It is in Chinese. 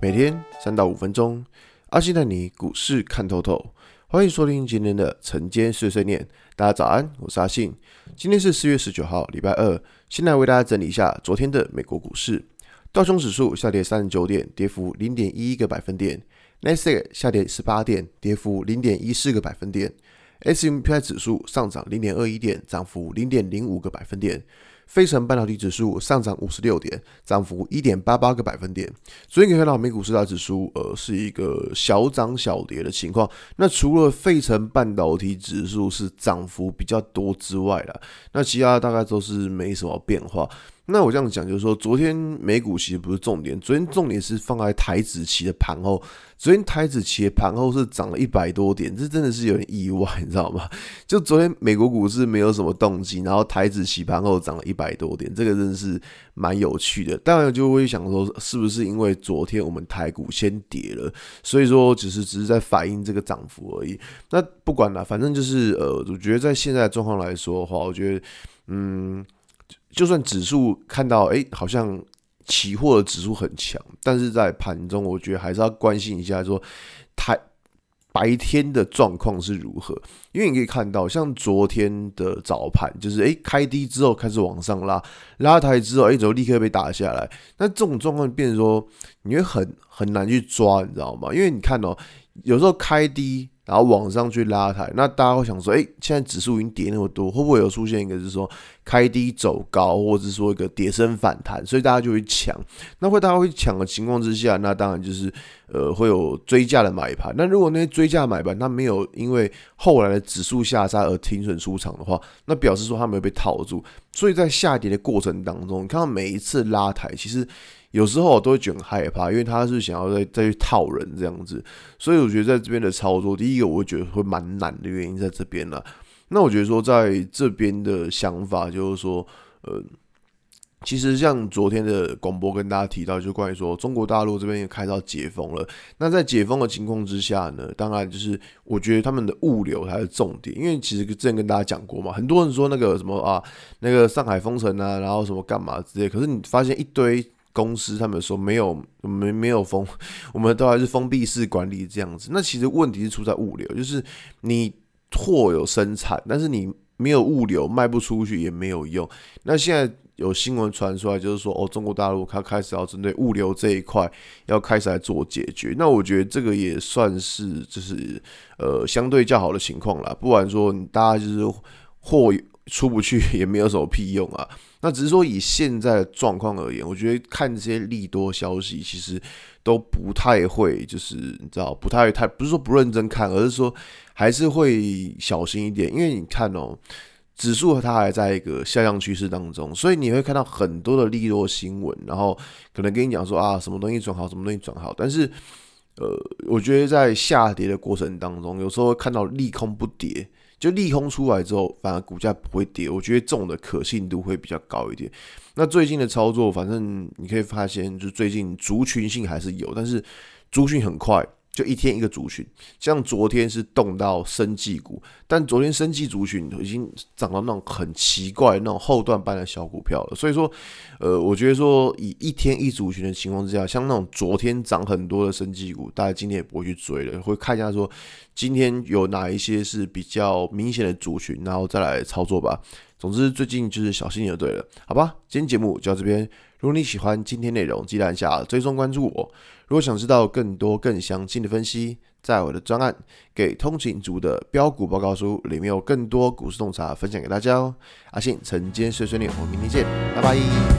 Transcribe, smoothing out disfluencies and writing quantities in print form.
每天3到5分钟，阿信带你股市看透透。欢迎收听今天的晨间碎碎念。大家早安，我是阿信。今天是4月19号，礼拜二。先来为大家整理一下昨天的美国股市。道琼指数下跌39点，跌幅0.11个百分点。Nasdaq 下跌18点，跌幅0.14个百分点。S&P 指数上涨0.21点，涨幅0.05个百分点。费城半导体指数上涨56点，涨幅1.88个百分点。所以可以看到美股四大指数是一个小涨小跌的情况。那除了费城半导体指数是涨幅比较多之外啦，那其他大概都是没什么变化。那我这样讲就是说，昨天美股其实不是重点，昨天重点是放在台指期的盘后。昨天台指期的盘后是涨了100多点，这真的是有点意外，你知道吗？就昨天美国股市没有什么动静，然后台指期盘后涨了100多点，这个真的是蛮有趣的。当然就会想说，是不是因为昨天我们台股先跌了，所以说只是在反映这个涨幅而已。那不管啦，反正就是我觉得在现在的状况来说的话，我觉得就算指数看到好像期货的指数很强，但是在盘中我觉得还是要关心一下说白天的状况是如何。因为你可以看到像昨天的早盘就是开低之后开始往上拉抬之后就立刻被打下来。那这种状况变成说你会很难去抓，你知道吗？因为你看有时候开低然后往上去拉抬，那大家会想说现在指数已经跌那么多，会不会有出现一个就是说开低走高，或者是说一个跌升反弹，所以大家就会抢。那大家会抢的情况之下，那当然就是会有追价的买盘。那如果那些追价买盘它没有因为后来的指数下杀而停损出场的话，那表示说它没有被套住。所以在下跌的过程当中，你看到每一次拉抬，其实有时候我都会觉得很害怕，因为他是想要再去套人这样子。所以我觉得在这边的操作，第一个我会觉得会蛮难的原因在这边啦。那我觉得说在这边的想法就是说其实像昨天的广播跟大家提到，就关于说中国大陆这边也开始要解封了。那在解封的情况之下呢，当然就是我觉得他们的物流才是重点。因为其实之前跟大家讲过嘛，很多人说那个什么那个上海封城啊，然后什么干嘛之类，可是你发现一堆公司他们说没有封，我们都还是封闭式管理这样子。那其实问题是出在物流，就是你货有生产，但是你没有物流卖不出去也没有用。那现在有新闻传出来，就是说中国大陆它开始要针对物流这一块要开始来做解决。那我觉得这个也算是就是相对较好的情况啦，不然说大家就是货出不去也没有什么屁用啊。那只是说以现在的状况而言，我觉得看这些利多消息其实都不太会，就是你知道不是说不认真看，而是说还是会小心一点。因为你看指数它还在一个下降趋势当中，所以你会看到很多的利多新闻，然后可能跟你讲说什么东西转好，什么东西转好，但是我觉得在下跌的过程当中，有时候会看到利空不跌，就利空出来之后，反而股价不会跌，我觉得这种的可信度会比较高一点。那最近的操作，反正你可以发现，就最近族群性还是有，但是族群很快。就一天一个族群，像昨天是动到生技股，但昨天生技族群已经涨到那种很奇怪的那种后段班的小股票了。所以说，我觉得说以一天一族群的情况之下，像那种昨天涨很多的生技股，大家今天也不会去追了，会看一下说今天有哪一些是比较明显的族群，然后再来操作吧。总之，最近就是小心就对了，好吧？今天节目就到这边。如果你喜欢今天内容，记得按下追踪关注我。如果想知道更多更详尽的分析，在我的专案给通勤族的标股报告书里面有更多股市洞察分享给大家哦。阿信晨间碎碎念，我们明天见，拜拜。